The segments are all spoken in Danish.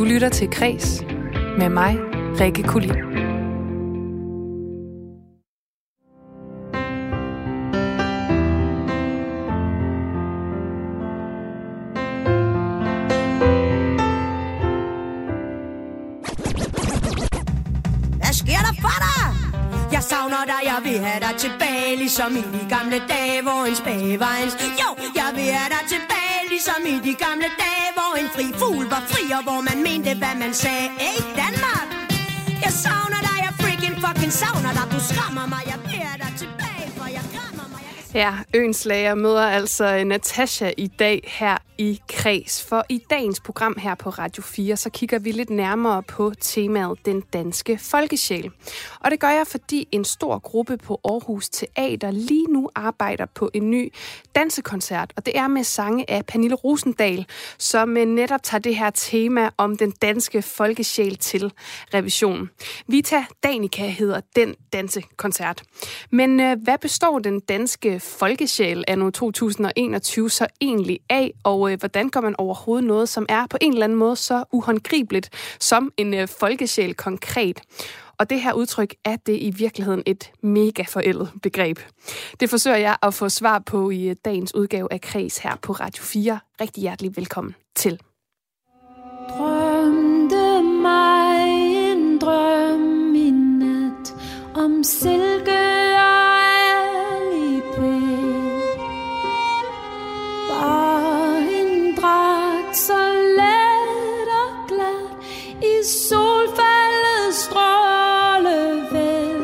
lytter til Kres med mig, Rikke Kulin. Hvad sker der for dig? Jeg savner dig, jeg vil have dig tilbage, ligesom i de gamle dage, hvor en spage var en... Jo, jeg vil have dig tilbage, ligesom i de gamle dage, hvor en fri fugl var fri, og hvor man mente, hvad man sagde. Hey, Danmark! Jeg savner dig, jeg freaking fucking savner dig. Du skræmmer mig, jeg vil have dig tilbage, for jeg krammer mig. Ja, Øenslager møder altså Natasha i dag her i Kres. For i dagens program her på Radio 4, så kigger vi lidt nærmere på temaet Den Danske Folkesjæl. Og det gør jeg, fordi en stor gruppe på Aarhus Teater lige nu arbejder på en ny dansekoncert. Og det er med sange af Pernille Rosendahl, som netop tager det her tema om den danske folkesjæl til revision. Vita Danica hedder den dansekoncert. Men hvad består den danske folkesjæl anno 2021 så egentlig af, og hvordan gør man overhovedet noget, som er på en eller anden måde så uhåndgribeligt som en folkesjæl konkret? Og det her udtryk, er det i virkeligheden et mega forældet begreb? Det forsøger jeg at få svar på i dagens udgave af Kres her på Radio 4. Rigtig hjertelig velkommen til. Drømte mig en drøm i nat om silke og alipæk. Bare en dragt så let og glad i solfaldets strålevæld.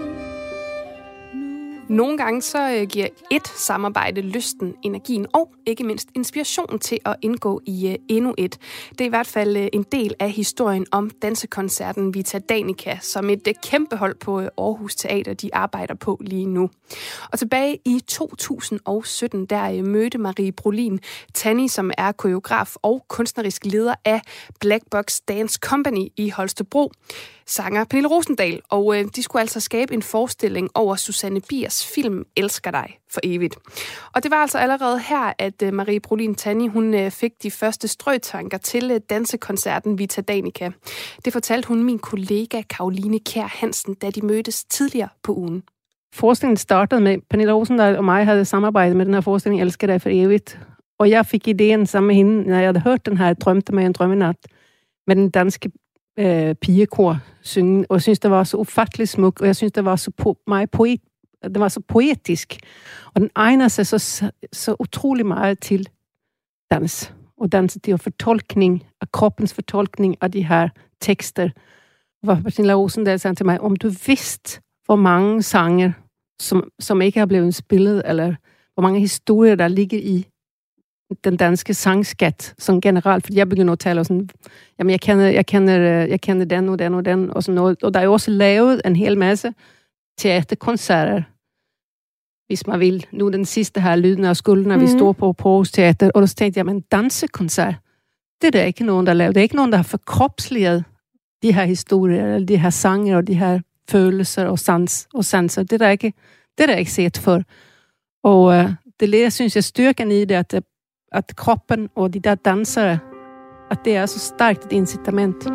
Nogle gange så giver et samarbejde lysten, energien og ikke mindst inspirationen til at indgå i endnu et. Det er i hvert fald en del af historien om dansekoncerten Vita Danica, som et kæmpe hold på Aarhus Teater, de arbejder på lige nu. Og tilbage i 2017, der mødte Marie Brolin Tanni, som er koreograf og kunstnerisk leder af Black Box Dance Company i Holstebro, sanger Pernille Rosendahl, og de skulle altså skabe en forestilling over Susanne Biers film Elsker dig for evigt. Og det var altså allerede her, at Marie Brolin Tanni, hun fik de første strøtanker til dansekoncerten Vita Danica. Det fortalte hun min kollega Karoline Kjær Hansen, da de mødtes tidligere på ugen. Forestillingen startede med, Pernille Rosendahl og mig havde samarbejdet med den her forestilling Elsker dig for evigt. Og jeg fik ideen sammen med hende, når jeg havde hørt den her Drømte med en drømmenat med den danske pigekor synge, og jeg synes, det var så ufattelig smuk, og jeg synes, det var så det var så poetisk, og den egner sig så utrolig meget til dans, og dans til fortolkning af kroppens fortolkning af de her tekster. Hvor Pernille Rosendahl sagde til mig, om du vidste, hvor mange sange, som ikke har blevet spillet, eller hvor mange historier, der ligger i den danske sangskat, som generelt, fordi jeg begynder at tale sådan, jamen jeg kender den og den og den, og sådan noget. Og der er jo også lavet en hel masse teaterkoncerter, hvis man vil. Nu den sidste her, Lyden af Skulden, vi står på Aarhus Teater, og så tænkte jeg, men dansekoncert, det er der ikke nogen, der laver. Det er ikke nogen, der har forkropsliget de her historier, eller de her sanger, og de her følelser og sanser. Det er der ikke set for. Og det jeg synes jeg styrken i det, at kroppen og de der dansere, at det er så stærkt et incitament.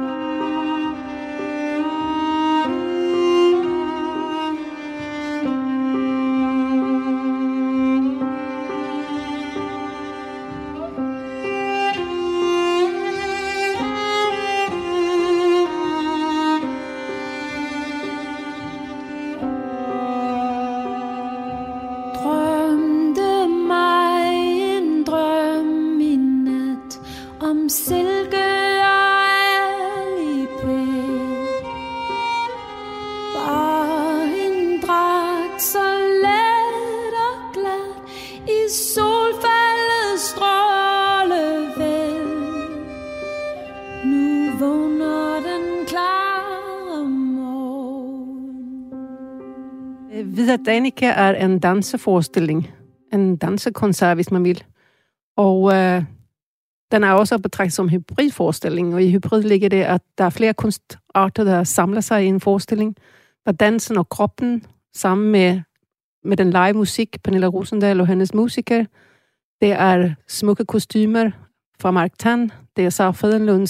Vita Danica er en danseforestilling, en dansekoncert, hvis man vil. Og den er også betragtet som hybridforestilling, og i hybrid ligger det, at der er flere kunstarter, der samler sig i en forestilling, der dansen og kroppen sammen med den live musik, Pernille Rosendahl og hendes musikere. Det er smukke kostymer fra Mark Tan, det er Sara Frydenlunds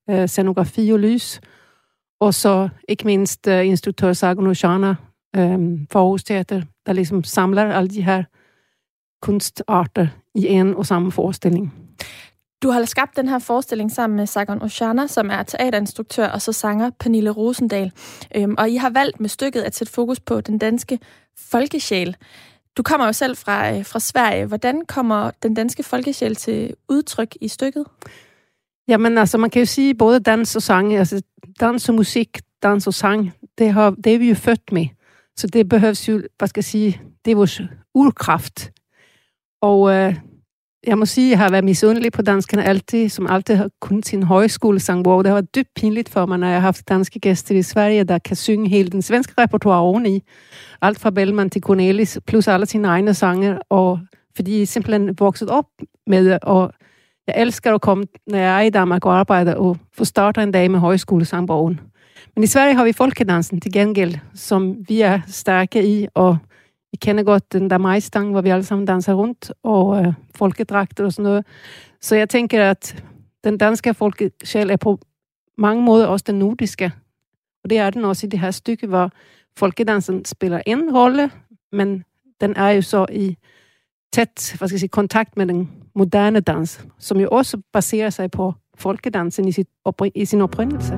scenografi og lys. Og så ikke mindst instruktør Sargon Oshana for Aarhus Teater, der ligesom samler alle de her kunstarter i en og samme forestilling. Du har skabt den her forestilling sammen med Sargon Oshana, som er teaterinstruktør, og så sanger Pernille Rosendahl. Og I har valgt med stykket at sætte fokus på den danske folkesjæl. Du kommer jo selv fra Sverige. Hvordan kommer den danske folkesjæl til udtryk i stykket? Jamen altså, man kan jo sige både dans og sang. Altså dans og musik, dans og sang, det er vi jo født med. Så det behøves jo, det er vores urkraft. Og jeg må sige, at jeg har været misundelig på danskerne altid, som altid har kunnet sin højskolesang, hvor det har været dybt pinligt for mig, når jeg har haft danske gæster i Sverige, der kan synge hele den svenske repertoire oveni. Alt fra Bellman til Cornelis, plus alle sine egne sange, og fordi jeg simpelthen vokset op med, og jeg elsker at komme, når jeg er i Danmark og arbejder, og få startet en dag med højskolesangbogen. Men i Sverige har vi folkedansen til gengæld, som vi er stærke i, og vi kender godt den der majstang, hvor vi alle sammen danser rundt, og folkedragter og sådan noget. Så jeg tænker, at den danske folkesjæl er på mange måder også den nordiske. Og det er den også i det her stykke, hvor folkedansen spiller en rolle, men den er jo så i tæt, kontakt med den moderne dans, som jo også baserer sig på folkedansen i sin oprindelse.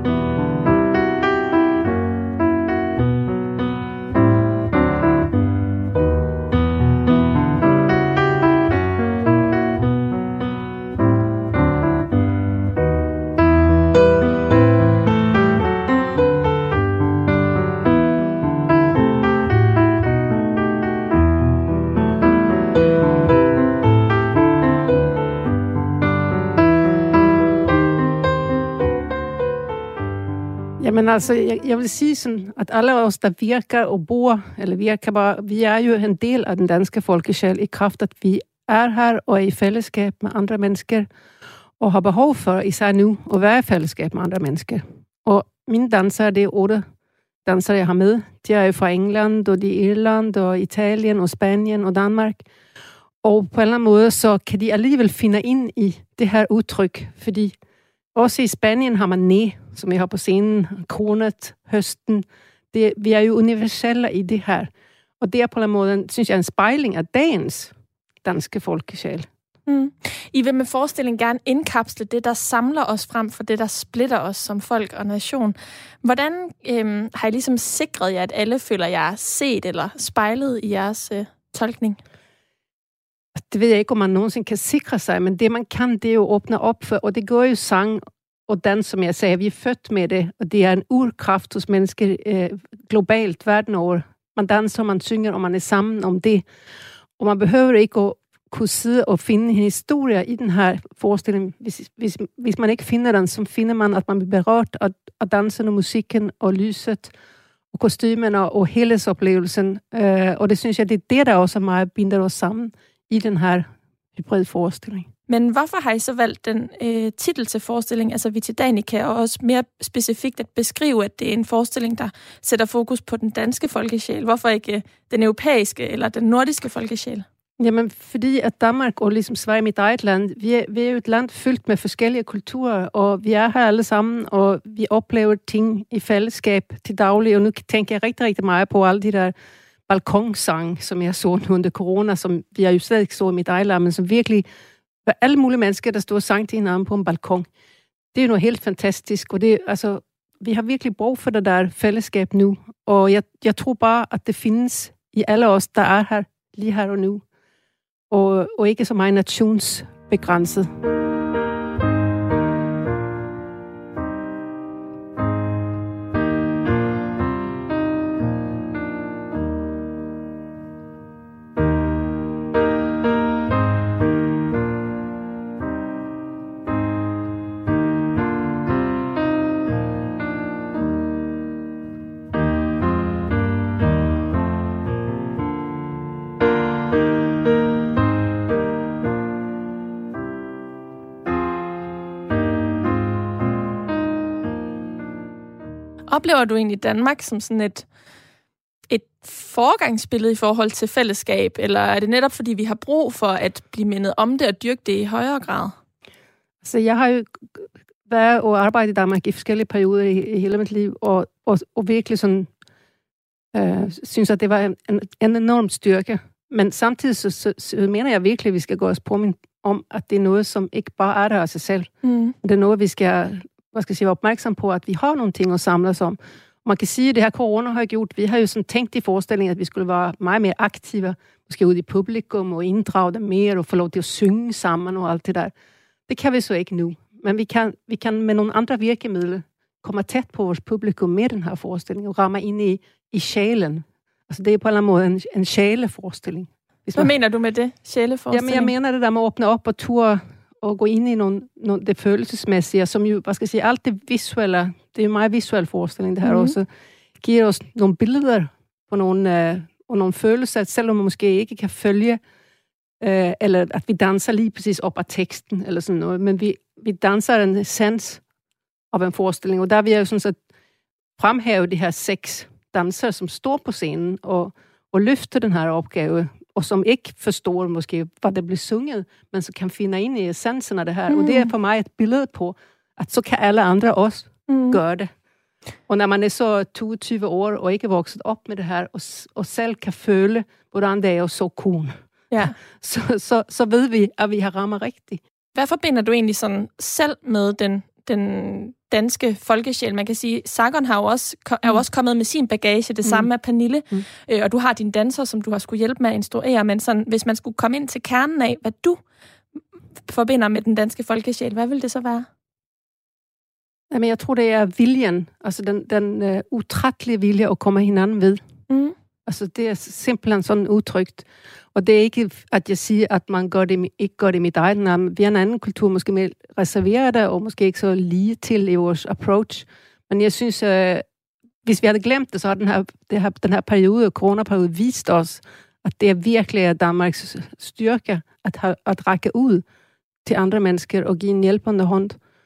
Men altså, jeg vil sige sådan, at alle os, der virker og bor, eller virker bare, vi er jo en del af den danske folkesjæl i kraft, at vi er her og er i fællesskab med andre mennesker, og har behov for, især nu, at være i fællesskab med andre mennesker. Og mine dansere, det er 8 dansere, jeg har med. De er jo fra England, og de er Irland, og Italien, og Spanien, og Danmark. Og på en eller anden måde, så kan de alligevel finde ind i det her udtryk, fordi også i Spanien har man næ, som jeg har på scenen, kronet, høsten. Vi er jo universelle i det her. Og det er på en måde, synes jeg, en spejling af dagens danske folkesjæl. Mm. I vil med forestillingen gerne indkapsle det, der samler os frem for det, der splitter os som folk og nation. Hvordan har I ligesom sikret jer, at alle føler jer set eller spejlet i jeres tolkning? Det ved jeg ikke, om man nogensinde kan sikre sig, men det man kan, det er jo åbne op for, og det går jo sang og dans, som jeg sagde, vi er født med det, og det er en urkraft hos mennesker globalt verden over. Man danser, man synger, og man er sammen om det. Og man behøver ikke at kunne sidde og finde en historie i den her forestilling. Hvis man ikke finder den, så finder man, at man bliver berørt af dansen og musikken og lyset og kostymen og helhedsoplevelsen. Og det synes jeg, det er det, der også meget binder os sammen i den her hybrid forestilling. Men hvorfor har I så valgt den titel til forestilling, altså Vita Danica, og også mere specifikt at beskrive, at det er en forestilling, der sætter fokus på den danske folkesjæl? Hvorfor ikke den europæiske eller den nordiske folkesjæl? Jamen, fordi at Danmark og ligesom Sverige, mit eget land, vi er jo et land fyldt med forskellige kulturer, og vi er her alle sammen, og vi oplever ting i fællesskab til daglig, og nu tænker jeg rigtig, rigtig meget på alle de der balkonsang, som jeg så under corona, som vi har jo slet ikke så i mit eget land, men som virkelig var alle mulige mennesker, der stod og sang til hinanden på en balkon. Det er jo noget helt fantastisk, og det, altså, vi har virkelig brug for det der fællesskab nu, og jeg tror bare, at det findes i alle os, der er her, lige her og nu, og ikke så meget nationsbegrænset. Oplever du egentlig Danmark som sådan et foregangsbillede i forhold til fællesskab, eller er det netop fordi, vi har brug for at blive mindet om det og dyrke det i højere grad? Altså, jeg har jo været og arbejdet i Danmark i forskellige perioder i hele mit liv, og virkelig sådan, synes, at det var en enorm styrke. Men samtidig så mener jeg virkelig, at vi skal gå os på om, at det er noget, som ikke bare er der af sig selv. Det er noget, vi skal være opmærksom på, at vi har nogle ting at samle os om. Man kan sige, at det her corona har gjort, vi har jo sådan tænkt i forestillingen, at vi skulle være meget mere aktive, måske ude i publikum og inddrage dem mere og få lov til at synge sammen og alt det der. Det kan vi så ikke nu. Men vi kan med nogle andre virkemidler komme tæt på vores publikum med den her forestilling og ramme ind i sjælen. Altså det er på en eller anden måde en sjæleforestilling. Hvad mener du med det, sjæleforestilling? Jamen, jeg mener det der med at åbne op og ture og gå ind i det følelsesmæssige, som jo, alt det visuelle, det er en meget visuel forestilling, det her også, giver os nogle billeder på nogle følelser, selvom man måske ikke kan følge, eller at vi danser lige præcis op af teksten, eller sådan noget, men vi danser en essens af en forestilling, og der vil jeg jo sådan set fremhæve de her 6 dansere, som står på scenen og løfter den her opgave, og som ikke forstår måske, hvad der bliver sunget, men så kan finde ind i essensen af det her. Og det er for mig et billede på, at så kan alle andre også gøre det. Og når man er så 22 år og ikke vokset op med det her, og selv kan føle, hvordan det er så cool, så ved vi, at vi har rammer rigtigt. Hvad forbinder du egentlig sådan selv med den danske folkesjæl? Man kan sige, Sargon er jo også kommet med sin bagage, det samme med Pernille, og du har dine dansere, som du har skulle hjælpe med at instruere, men sådan, hvis man skulle komme ind til kernen af, hvad du forbinder med den danske folkesjæl, hvad vil det så være? Jamen, jeg tror, det er viljen, altså den utrættelige vilje at komme hinanden ved. Altså, det er simpelthen sådan udtrykt. Og det er ikke, at jeg siger, at man ikke gør det med dig. Vi har en anden kultur, måske mere reserveret, og måske ikke så lige til i vores approach. Men jeg synes, hvis vi havde glemt det, så har den her periode, coronaperiode, vist os, at det er virkelig Danmarks styrke at række ud til andre mennesker og give en hjælpende hånd.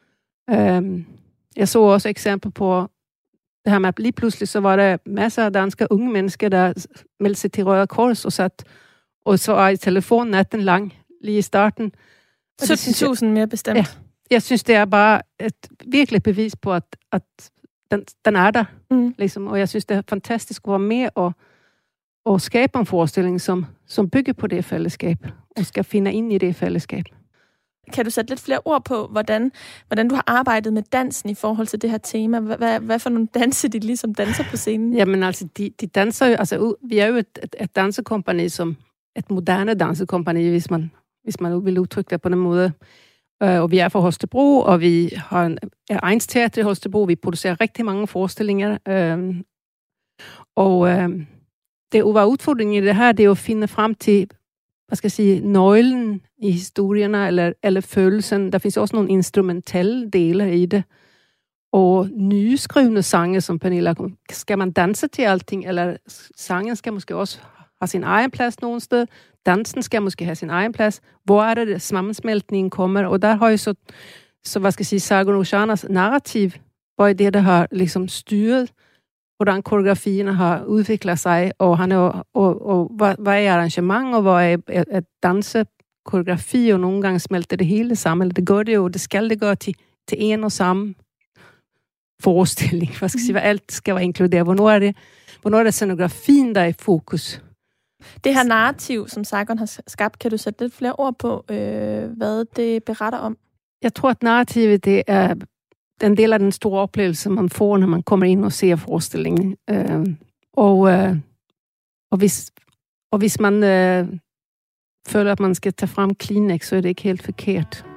Jeg så også eksempel på det her med, at lige pludselig så var der masser af danske unge mennesker, der meldte sig til Røde Kors og så er i telefonen natten lang, lige i starten. 17.000 mere bestemt. Ja, jeg synes, det er bare et virkelig bevis på, at den er der. Ligesom. Og jeg synes, det er fantastisk at være med og skabe en forestilling, som bygger på det fællesskab, og skal finde ind i det fællesskab. Kan du sætte lidt flere ord på, hvordan du har arbejdet med dansen i forhold til det her tema? Hvad for nogle danse de ligesom danser på scenen? Jamen altså, de danser jo, altså vi er jo et dansekompagni, som et moderne dansekompagni, hvis man vil udtrykke det på den måde. Og vi er fra Holstebro, og vi har Eins Teater i Holstebro. Vi producerer rigtig mange forestillinger. Det var udfordringen i det her, det er jo at finde frem til, nøglen i historierne, eller følelsen. Der findes også nogle instrumentelle dele i det. Og nyskrivende sange, som Pernilla, skal man danse til alting, eller sangen skal måske også have sin egen plads nogen sted. Dansen skal måske have sin egen plads. Hvor er det, sammensmeltningen kommer? Og der har jo så Sargon Ocanas narrativ, hvor det der har liksom styret, hvordan koreografierne har udviklet sig, og hvad er arrangement, og hvad er dansekoreografi, og nogle gange smelter det hele sammen, eller det gør det jo, det skal det gøre til en og samme forestilling. Hvad alt skal være inkluderet. Hvornår er det scenografien, der er i fokus? Det her narrativ, som Sargon har skabt, kan du sætte lidt flere ord på, hvad det beretter om? Jeg tror, at narrativet, det er en del af den store oplevelse, man får, når man kommer ind og ser forestillingen. Og hvis man føler, at man skal tage frem Kleenex, så er det ikke helt forkert.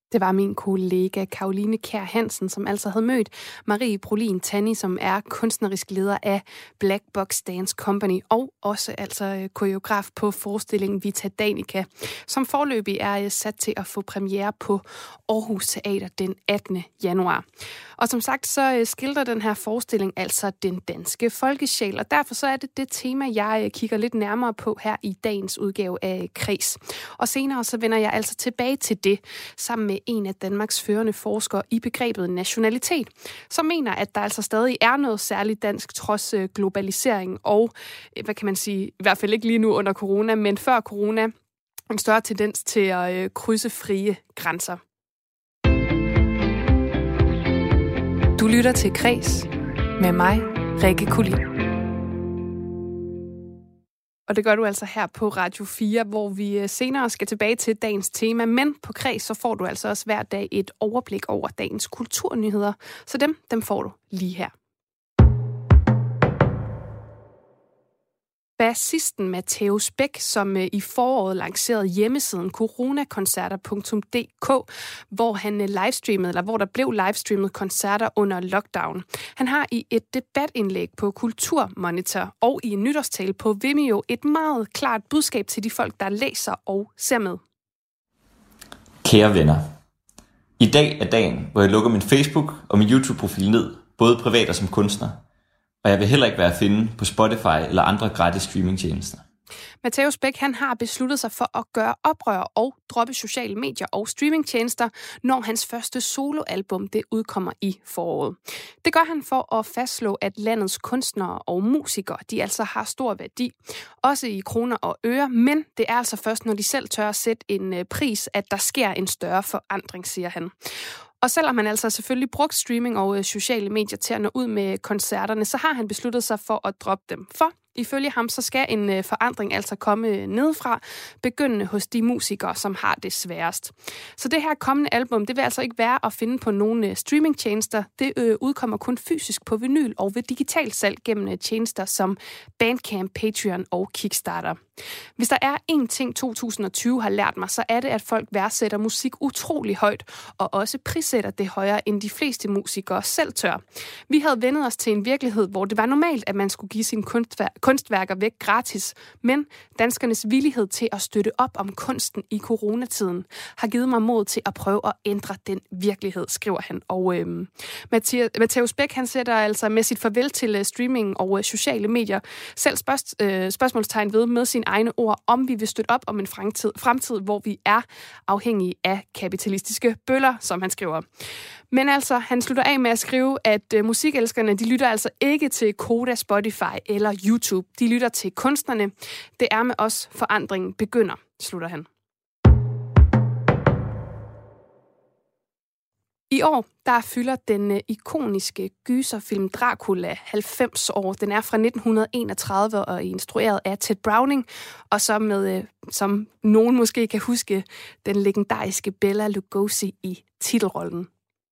Det var min kollega Caroline Kjær Hansen, som altså havde mødt Marie Brolin Tanni, som er kunstnerisk leder af Black Box Dance Company, og også altså koreograf på forestillingen Vita Danica, som foreløbig er sat til at få premiere på Aarhus Teater den 18. januar. Og som sagt, så skildrer den her forestilling altså den danske folkesjæl, og derfor så er det tema, jeg kigger lidt nærmere på her i dagens udgave af Kreds. Og senere så vender jeg altså tilbage til det, sammen med en af Danmarks førende forskere i begrebet nationalitet, som mener, at der altså stadig er noget særligt dansk trods globalisering og, hvad kan man sige, i hvert fald ikke lige nu under corona, men før corona, en større tendens til at krydse frie grænser. Du lytter til Kreds med mig, Rikke Kulin. Og det gør du altså her på Radio 4, hvor vi senere skal tilbage til dagens tema. Men på Kreds, så får du altså også hver dag et overblik over dagens kulturnyheder. Så dem får du lige her. Bassisten Matheus Bech, som i foråret lancerede hjemmesiden coronakoncerter.dk, hvor der blev livestreamet koncerter under lockdown. Han har i et debatindlæg på Kulturmonitor og i en nytårstale på Vimeo et meget klart budskab til de folk, der læser og ser med. Kære venner, i dag er dagen, hvor jeg lukker min Facebook og min YouTube-profil ned, både privat og som kunstner. Og jeg vil heller ikke være at finde på Spotify eller andre gratis streamingtjenester. Matheus Bech, han har besluttet sig for at gøre oprør og droppe sociale medier og streamingtjenester, når hans første soloalbum det udkommer i foråret. Det gør han for at fastslå, at landets kunstnere og musikere, de altså har stor værdi, også i kroner og øre, men det er altså først, når de selv tør at sætte en pris, at der sker en større forandring, siger han. Og selvom han altså selvfølgelig brugt streaming og sociale medier til at nå ud med koncerterne, så har han besluttet sig for at droppe dem. For ifølge ham, så skal en forandring altså komme nedefra, begyndende hos de musikere, som har det sværest. Så det her kommende album, det vil altså ikke være at finde på nogle streamingtjenester. Det udkommer kun fysisk på vinyl og ved digitalt salg gennem tjenester som Bandcamp, Patreon og Kickstarter. Hvis der er én ting 2020 har lært mig, så er det, at folk værdsætter musik utrolig højt, og også prissætter det højere, end de fleste musikere selv tør. Vi havde vendet os til en virkelighed, hvor det var normalt, at man skulle give sine kunstværker væk gratis, men danskernes villighed til at støtte op om kunsten i coronatiden har givet mig mod til at prøve at ændre den virkelighed, skriver han. Og Matheus Bech, han sætter altså med sit farvel til streaming og sociale medier selv spørgsmålstegn ved med sine egne ord, om vi vil støtte op om en fremtid, hvor vi er afhængige af kapitalistiske bøller, som han skriver. Men altså, han slutter af med at skrive, at musikelskerne, de lytter altså ikke til Koda, Spotify eller YouTube. De lytter til kunstnerne. Det er med os, forandringen begynder, slutter han. I år, der fylder den ikoniske gyserfilm Dracula 90 år. Den er fra 1931 og er instrueret af Ted Browning, og så med, som nogen måske kan huske, den legendariske Bela Lugosi i titelrollen.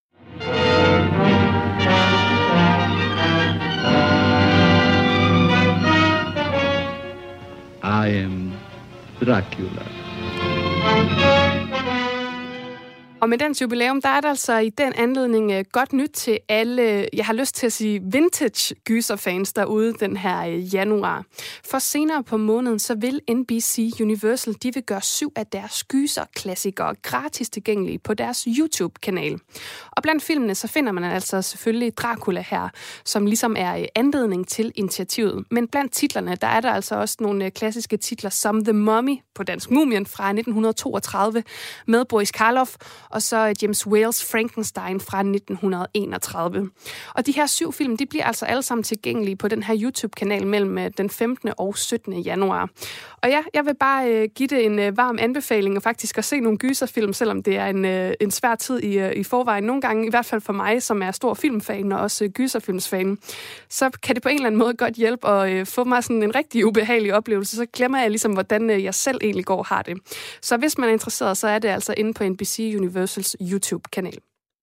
I am Dracula. Og med dens jubilæum, der er der altså i den anledning godt nyt til alle, jeg har lyst til at sige vintage gyserfans derude den her januar. For senere på måneden, så vil NBC Universal, de vil gøre 7 af deres gyserklassikere gratis tilgængelige på deres YouTube-kanal. Og blandt filmene, så finder man altså selvfølgelig Dracula her, som ligesom er anledning til initiativet. Men blandt titlerne, der er der altså også nogle klassiske titler som The Mummy på dansk Mumien fra 1932 med Boris Karloff, og så James Whales Frankenstein fra 1931. Og de her 7 film, de bliver altså alle sammen tilgængelige på den her YouTube-kanal mellem den 15. og 17. januar. Og ja, jeg vil bare give det en varm anbefaling og faktisk at se nogle gyserfilm, selvom det er en svær tid i forvejen. Nogle gange, i hvert fald for mig, som er stor filmfan og også gyserfilmsfan, så kan det på en eller anden måde godt hjælpe at få mig sådan en rigtig ubehagelig oplevelse. Så glemmer jeg ligesom, hvordan jeg selv egentlig går og har det. Så hvis man er interesseret, så er det altså inde på NBC Universals YouTube-kanal.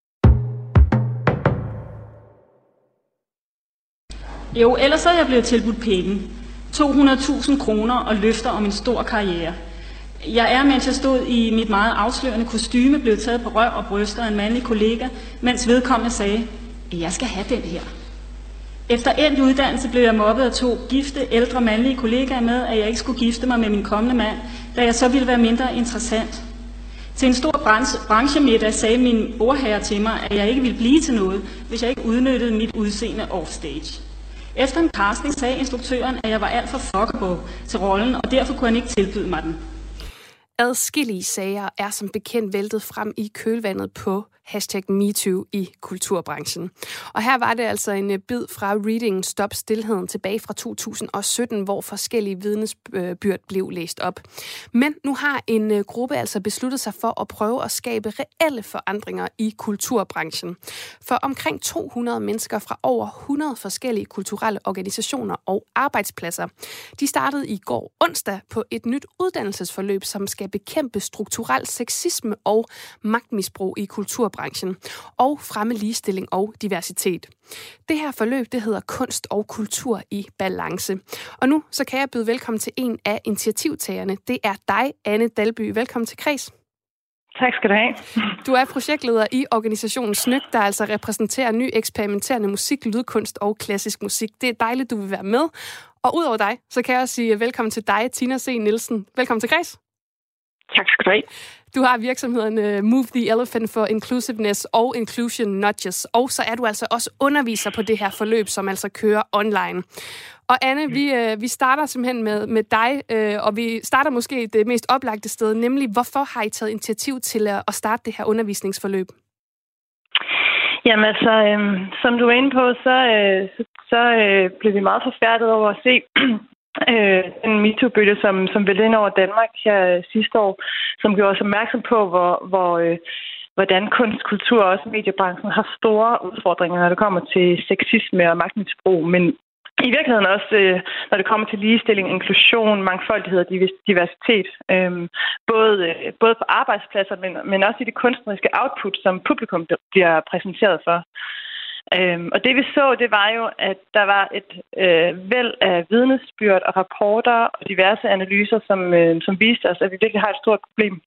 Jo, ellers så er jeg blevet tilbudt penge. 200.000 kroner og løfter om en stor karriere. Jeg er, mens jeg stod i mit meget afslørende kostyme, blevet taget på røv og bryster af en mandlig kollega, mens vedkommende sagde, jeg skal have den her. Efter endt uddannelse blev jeg mobbet af 2 gifte, ældre mandlige kollegaer med, at jeg ikke skulle gifte mig med min kommende mand, da jeg så ville være mindre interessant. Til en stor branchemiddag sagde min bordherre til mig, at jeg ikke ville blive til noget, hvis jeg ikke udnyttede mit udseende offstage. Efter en casting sagde instruktøren, at jeg var alt for fuckable til rollen, og derfor kunne han ikke tilbyde mig den. Adskillige sager er som bekendt væltet frem i kølvandet på #MeToo i kulturbranchen. Og her var det altså en bid fra readingen Stop Stilheden tilbage fra 2017, hvor forskellige vidnesbyrd blev læst op. Men nu har en gruppe altså besluttet sig for at prøve at skabe reelle forandringer i kulturbranchen. For omkring 200 mennesker fra over 100 forskellige kulturelle organisationer og arbejdspladser, de startede i går onsdag på et nyt uddannelsesforløb, som skal bekæmpe strukturel sexisme og magtmisbrug i kulturbranchen og fremme ligestilling og diversitet. Det her forløb, det hedder Kunst og Kultur i Balance. Og nu så kan jeg byde velkommen til en af initiativtagerne. Det er dig, Anne Dalby. Velkommen til Kreds. Tak skal du have. Du er projektleder i organisationen SNYK, der altså repræsenterer ny eksperimenterende musik, lydkunst og klassisk musik. Det er dejligt, du vil være med. Og udover dig, så kan jeg også sige velkommen til dig, Tina C. Nielsen. Velkommen til Kreds. Tak skal du have. Du har virksomheden Move the Elephant for Inclusiveness og Inclusion Nudges, og så er du altså også underviser på det her forløb, som altså kører online. Og Anne, vi starter simpelthen med dig, og vi starter måske det mest oplagte sted, nemlig hvorfor har I taget initiativ til at starte det her undervisningsforløb? Jamen altså, som du er inde på, så blev vi meget forfærdet over at se en MeToo-bølge, som væltede ind over Danmark her sidste år, som gjorde os opmærksom på, hvordan kunst, kultur og også mediebranchen har store udfordringer, når det kommer til sexisme og magtmisbrug, men i virkeligheden også, når det kommer til ligestilling, inklusion, mangfoldighed og diversitet, både på arbejdspladser, men også i det kunstneriske output, som publikum bliver præsenteret for. Og det vi så, det var jo, at der var et væld af vidnesbyrd og rapporter og diverse analyser, som viste os, at vi virkelig har et stort problem.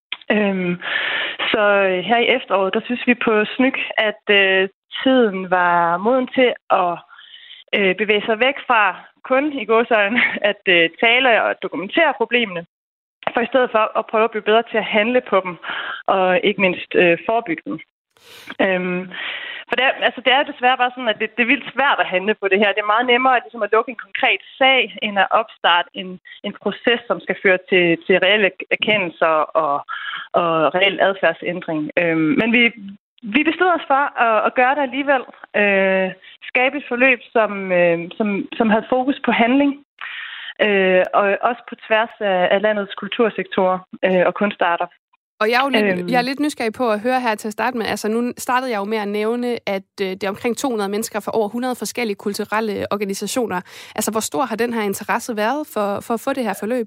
Så her i efteråret, der synes vi på SNYK, at tiden var moden til at bevæge sig væk fra kun i gåseøjne at tale og dokumentere problemene, for i stedet for at prøve at blive bedre til at handle på dem og ikke mindst forebygge dem. For det er desværre bare sådan, at det er vildt svært at handle på det her. Det er meget nemmere ligesom at lukke en konkret sag, end at opstarte en proces, som skal føre til reelle erkendelser og reel adfærdsændring. Men vi besluttede os for at gøre det alligevel. Skabe et forløb, som havde fokus på handling. Og også på tværs af landets kultursektorer og kunstarter. Og jeg er lidt nysgerrig på at høre her til at starte med. Altså nu startede jeg jo med at nævne, at det er omkring 200 mennesker fra over 100 forskellige kulturelle organisationer. Altså hvor stor har den her interesse været for at få det her forløb?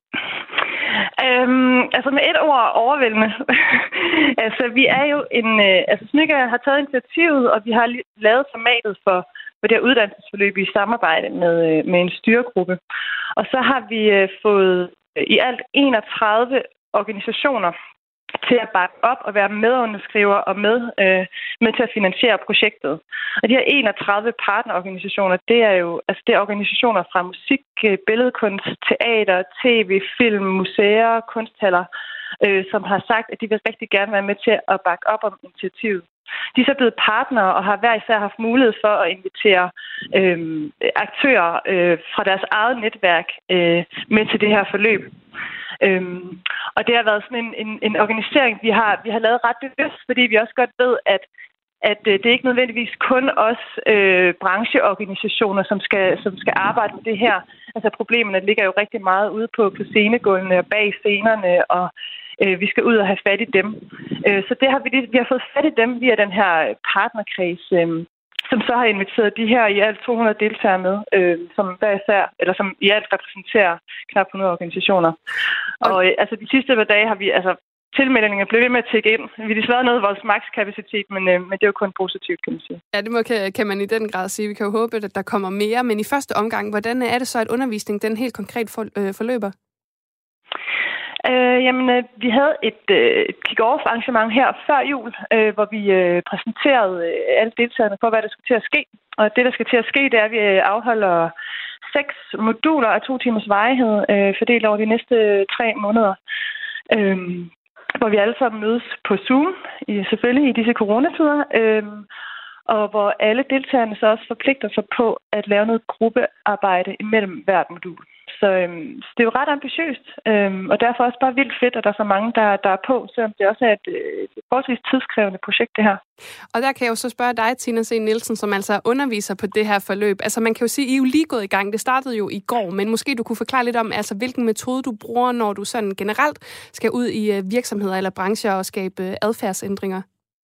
Altså med et ord overvældende. Altså vi er jo SNYK har taget initiativet, og vi har lavet formatet for det her uddannelsesforløb i samarbejde med en styregruppe. Og så har vi fået i alt 31 organisationer til at bakke op og være medunderskriver og med til at finansiere projektet. Og de her 31 partnerorganisationer, det er jo det er organisationer fra musik, billedkunst, teater, tv, film, museer, kunsthaller, som har sagt, at de vil rigtig gerne være med til at bakke op om initiativet. De er så blevet partnere og har hver især haft mulighed for at invitere aktører fra deres eget netværk med til det her forløb. Og det har været sådan en organisering, vi har lavet ret bevidst, fordi vi også godt ved, at det er ikke nødvendigvis kun os brancheorganisationer, som skal arbejde med det her. Altså problemerne ligger jo rigtig meget ude på scenegulvene og bag scenerne, og vi skal ud og have fat i dem. Så det har vi har fået fat i dem via den her partnerkreds, som så har inviteret de her i alt 200 deltagere med, som i alt repræsenterer knap 100 organisationer. Og altså de sidste par dage har vi tilmeldingen blev ved med at tække ind. Vi har desværre nået vores makskapacitet, men det er jo kun positivt, kan man sige. Ja, det kan man i den grad sige. Vi kan jo håbe, at der kommer mere. Men i første omgang, hvordan er det så, at undervisningen den helt konkret forløber? Vi havde et kick-off arrangement her før jul, hvor vi præsenterede alle deltagerne for, hvad der skal til at ske. Og det, der skal til at ske, det er, at vi afholder 6 moduler af 2 timers varighed, fordelt over de næste 3 måneder. Hvor vi alle sammen mødes på Zoom, selvfølgelig i disse coronatider, og hvor alle deltagerne så også forpligter sig på at lave noget gruppearbejde imellem hvert modul. Så det er jo ret ambitiøst, og derfor også bare vildt fedt, at der er så mange, der er på, selvom det også er et forholdsvis tidskrævende projekt, det her. Og der kan jeg jo så spørge dig, Tina C. Nielsen, som altså underviser på det her forløb. Altså man kan jo sige, at I er jo lige gået i gang. Det startede jo i går, men måske du kunne forklare lidt om, altså hvilken metode du bruger, når du sådan generelt skal ud i virksomheder eller brancher og skabe adfærdsændringer.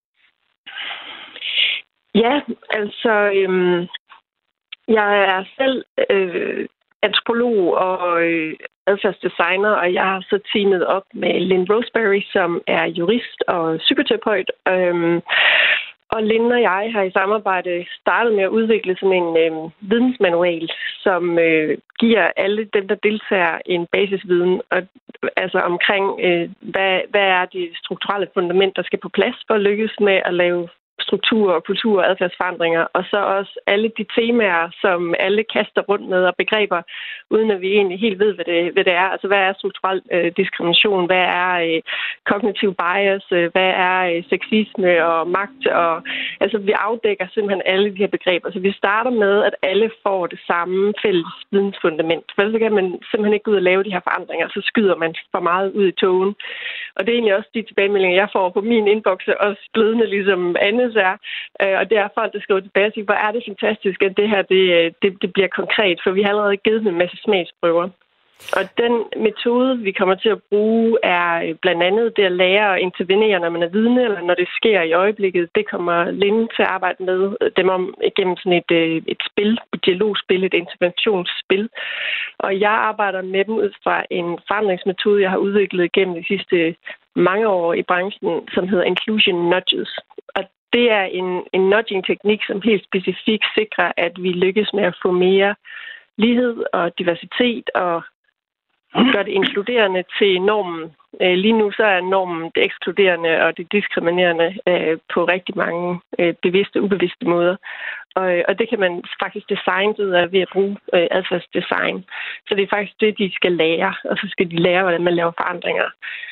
Ja, altså jeg er selv antropolog og adfærdsdesigner, og jeg har så teamet op med Lynn Roseberry, som er jurist og psykoterapeut. Og Lynn og jeg har i samarbejde startet med at udvikle sådan en vidensmanual, som giver alle dem, der deltager, en basisviden og, altså omkring, hvad er de strukturelle fundamenter, der skal på plads for at lykkes med at lave struktur og kultur og adfærdsforandringer, og så også alle de temaer, som alle kaster rundt med og begreber, uden at vi egentlig helt ved, hvad det er. Altså, hvad er strukturel diskrimination? Hvad er kognitiv bias? Hvad er sexisme og magt? Og, altså, vi afdækker simpelthen alle de her begreber. Så vi starter med, at alle får det samme fælles vidensfundament. For så kan man simpelthen ikke gå ud og lave de her forandringer, så skyder man for meget ud i togen. Og det er egentlig også de tilbagemeldinger, jeg får på min inbox, også glødende ligesom Annes er. Og det er folk, der skriver tilbage og siger, hvor er det fantastisk, at det her det bliver konkret, for vi har allerede givet dem en masse smagsprøver. Og den metode, vi kommer til at bruge, er blandt andet det at lære at intervenere, når man er vidne, eller når det sker i øjeblikket. Det kommer Lynn til at arbejde med dem om igennem sådan et spil, et dialogspil, et interventionsspil. Og jeg arbejder med dem ud fra en forandringsmetode, jeg har udviklet gennem de sidste mange år i branchen, som hedder Inclusion Nudges. Og det er en nudging-teknik, som helt specifikt sikrer, at vi lykkes med at få mere lighed og diversitet og gør det inkluderende til normen. Lige nu så er normen det ekskluderende og det diskriminerende på rigtig mange bevidste og ubevidste måder. Og det kan man faktisk designe ud af ved at bruge adfærdsdesign. Så det er faktisk det, de skal lære, og så skal de lære, hvordan man laver forandringer.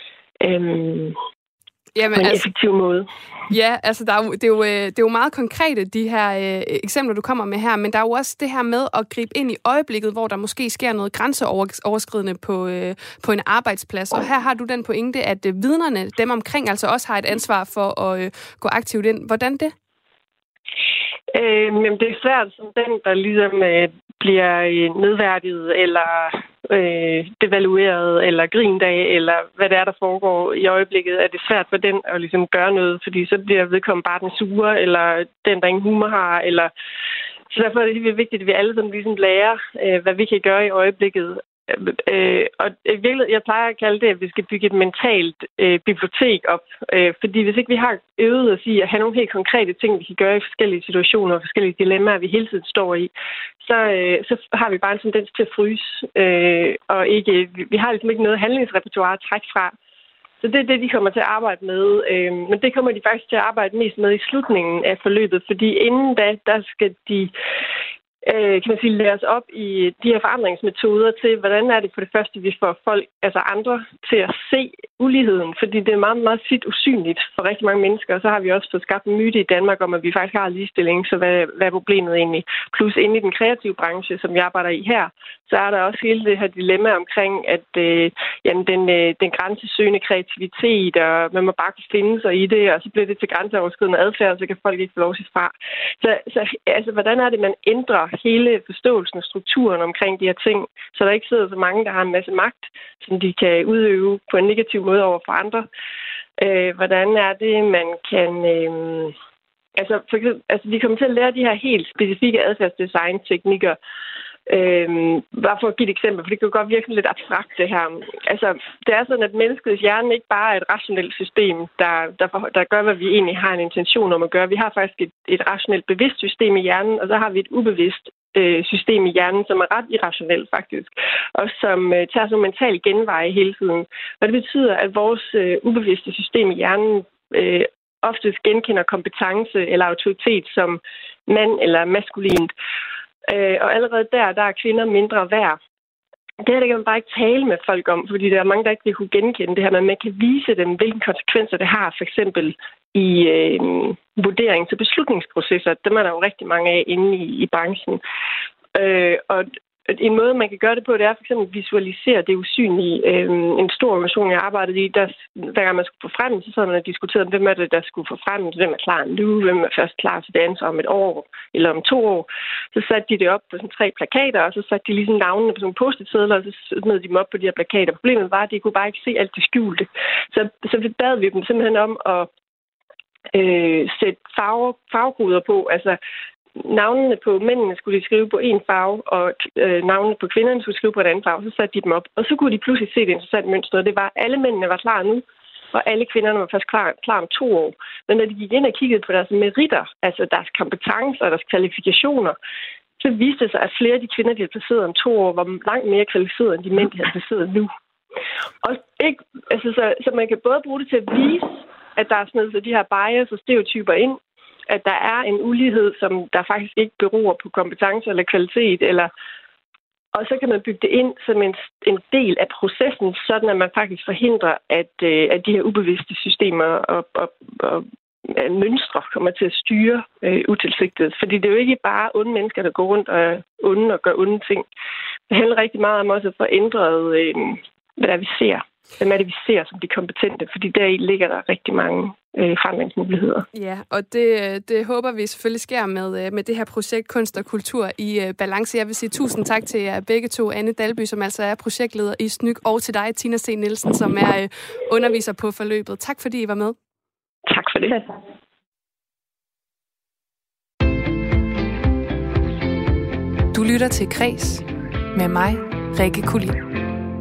Jamen, på en effektiv måde. Ja, altså det er jo meget konkrete, de her eksempler, du kommer med her, men der er jo også det her med at gribe ind i øjeblikket, hvor der måske sker noget grænseoverskridende på en arbejdsplads. Og her har du den pointe, at vidnerne, dem omkring, altså også har et ansvar for at gå aktivt ind. Hvordan det? Jamen, det er svært som den, der ligesom bliver nedværdiget eller devalueret eller grint af, eller hvad det er, der foregår i øjeblikket, er det svært for den at ligesom gøre noget, fordi så bliver vedkommende bare den sure, eller den, der ingen humor har, eller så derfor er det vigtigt, at vi alle sammen ligesom lærer, hvad vi kan gøre i øjeblikket. Og jeg plejer at kalde det, at vi skal bygge et mentalt bibliotek op. Fordi hvis ikke vi har øvet os i at have nogle helt konkrete ting, vi kan gøre i forskellige situationer og forskellige dilemmaer, vi hele tiden står i, så har vi bare en tendens til at fryse. Og vi har ligesom ikke noget handlingsrepertoire at trække fra. Så det er det, de kommer til at arbejde med. Men det kommer de faktisk til at arbejde mest med i slutningen af forløbet, fordi inden da, der skal de kan man sige, lære os op i de her forandringsmetoder til, hvordan er det for det første, vi får folk, altså andre, til at se uligheden, fordi det er meget, meget tit usynligt for rigtig mange mennesker, og så har vi også fået skabt en myte i Danmark om, at vi faktisk har ligestilling, så hvad er problemet egentlig? Plus inde i den kreative branche, som jeg arbejder i her, så er der også hele det her dilemma omkring, at den grænsesøgende kreativitet, og man må bare kunne finde sig i det, og så bliver det til grænseoverskridende adfærd, og så kan folk ikke få lov til fra. Så altså, hvordan er det, man ændrer hele forståelsen og strukturen omkring de her ting, så der ikke sidder så mange, der har en masse magt, som de kan udøve på en negativ måde over for andre. Hvordan er det, man kan... vi kommer til at lære de her helt specifikke adfærdsdesign-teknikker. Bare for at give et eksempel, for det kan jo godt virke lidt abstrakt det her. Altså, det er sådan, at menneskets hjerne ikke bare er et rationelt system, der gør, hvad vi egentlig har en intention om at gøre. Vi har faktisk et rationelt bevidst system i hjernen, og så har vi et ubevidst system i hjernen, som er ret irrationelt faktisk, og som tager sådan mental genveje hele tiden. Og det betyder, at vores ubevidste system i hjernen oftest genkender kompetence eller autoritet som mand eller maskulint. Og allerede der er kvinder mindre værd. Det her kan man bare ikke tale med folk om, fordi der er mange, der ikke vil kunne genkende det her, men man kan vise dem, hvilke konsekvenser det har, for eksempel i vurdering til beslutningsprocesser. Dem er der jo rigtig mange af inde i branchen. Og en måde, man kan gøre det på, det er for eksempel at visualisere det usynlige. En stor organisation, jeg arbejdede i, der hver gang man skulle få frem, så sad man og diskuterede, hvem er det, der skulle få frem, hvem er klar nu, hvem er først klar til dans om et år eller om 2 år. Så satte de det op på sådan 3 plakater, og så satte de ligesom navnene på sådan post-it-sedler, og så smed de dem op på de her plakater. Problemet var, at de kunne bare ikke se alt det skjulte. Så bad vi dem simpelthen om at sætte farvekoder på, altså navnene på mændene skulle de skrive på en farve, og navnene på kvinderne skulle skrive på en anden farve, så satte de dem op. Og så kunne de pludselig se et interessant mønster, og det var, at alle mændene var klar nu, og alle kvinderne var først klar om 2 år. Men når de gik ind og kiggede på deres meritter, altså deres kompetencer og deres kvalifikationer, så viste det sig, at flere af de kvinder, de havde placeret om 2 år, var langt mere kvalificerede, end de mænd, de havde placeret nu. Og ikke, altså, så man kan både bruge det til at vise, at der er sådan de her bias og stereotyper ind, at der er en ulighed, som der faktisk ikke beror på kompetence eller kvalitet, og så kan man bygge det ind som en del af processen, sådan at man faktisk forhindrer, at de her ubevidste systemer og mønstre kommer til at styre utilsigtet. Fordi det er jo ikke bare onde mennesker, der går rundt og er onde og gør onde ting. Det handler rigtig meget om også at få ændret, hvad der vi ser. Hvem er det, vi ser som de kompetente? Fordi deri ligger der rigtig mange fremgangsmuligheder. Ja, og det håber vi selvfølgelig sker med det her projekt Kunst og Kultur i Balance. Jeg vil sige tusind tak til jer begge to, Anne Dalby, som altså er projektleder i SNYK, og til dig, Tina C. Nielsen, som er underviser på forløbet. Tak fordi I var med. Tak for det. Du lytter til Kreds med mig, Rikke Kulin.